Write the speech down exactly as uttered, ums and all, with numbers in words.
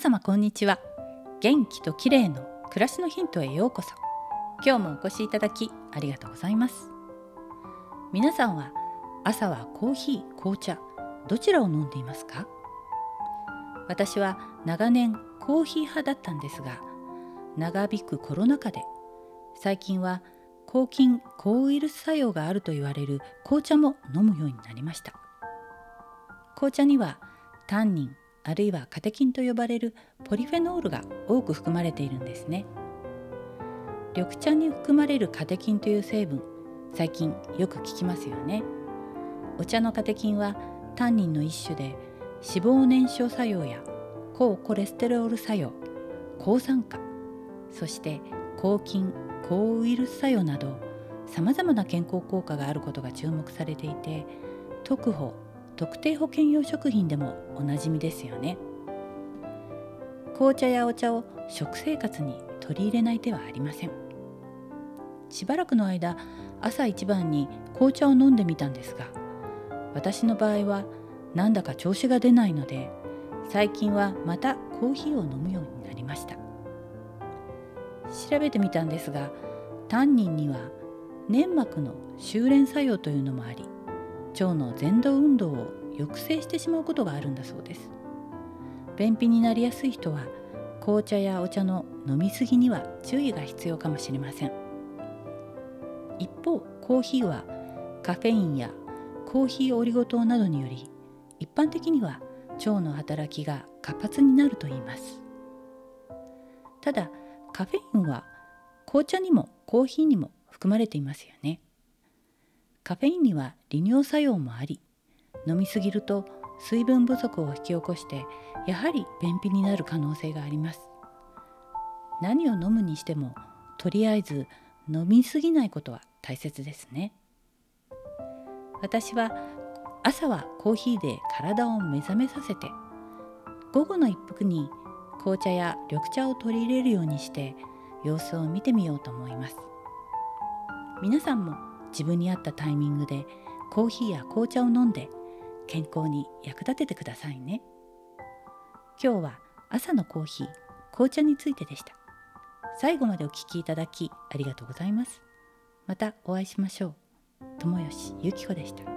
様こんにちは。元気と綺麗の暮らしのヒントへようこそ。今日もお越しいただきありがとうございます。皆さんは朝はコーヒー、紅茶どちらを飲んでいますか？私は長年コーヒー派だったんですが、長引くコロナ禍で最近は抗菌・抗ウイルス作用があると言われる紅茶も飲むようになりました。紅茶にはタンニンあるいはカテキンと呼ばれるポリフェノールが多く含まれているんですね。緑茶に含まれるカテキンという成分、最近よく聞きますよね。お茶のカテキンはタンニンの一種で、脂肪燃焼作用や高コレステロール作用、抗酸化、そして抗菌・抗ウイルス作用などさまざまな健康効果があることが注目されていて、特保特定保険用食品でもおなじみですよね。紅茶やお茶を食生活に取り入れない手はありません。しばらくの間、朝一番に紅茶を飲んでみたんですが、私の場合はなんだか調子が出ないので、最近はまたコーヒーを飲むようになりました。調べてみたんですが、タンニンには粘膜の修練作用というのもあり、腸の蠕動運動を抑制してしまうことがあるんだそうです。便秘になりやすい人は紅茶やお茶の飲みすぎには注意が必要かもしれません。一方、コーヒーはカフェインやコーヒーオリゴ糖などにより、一般的には腸の働きが活発になるといいます。ただ、カフェインは紅茶にもコーヒーにも含まれていますよね。カフェインには利尿作用もあり、飲みすぎると水分不足を引き起こして、やはり便秘になる可能性があります。何を飲むにしても、とりあえず飲みすぎないことは大切ですね。私は朝はコーヒーで体を目覚めさせて、午後の一服に紅茶や緑茶を取り入れるようにして様子を見てみようと思います。皆さんも自分に合ったタイミングでコーヒーや紅茶を飲んで健康に役立ててくださいね。今日は朝のコーヒー、紅茶についてでした。最後までお聞きいただきありがとうございます。またお会いしましょう。友吉ゆき子でした。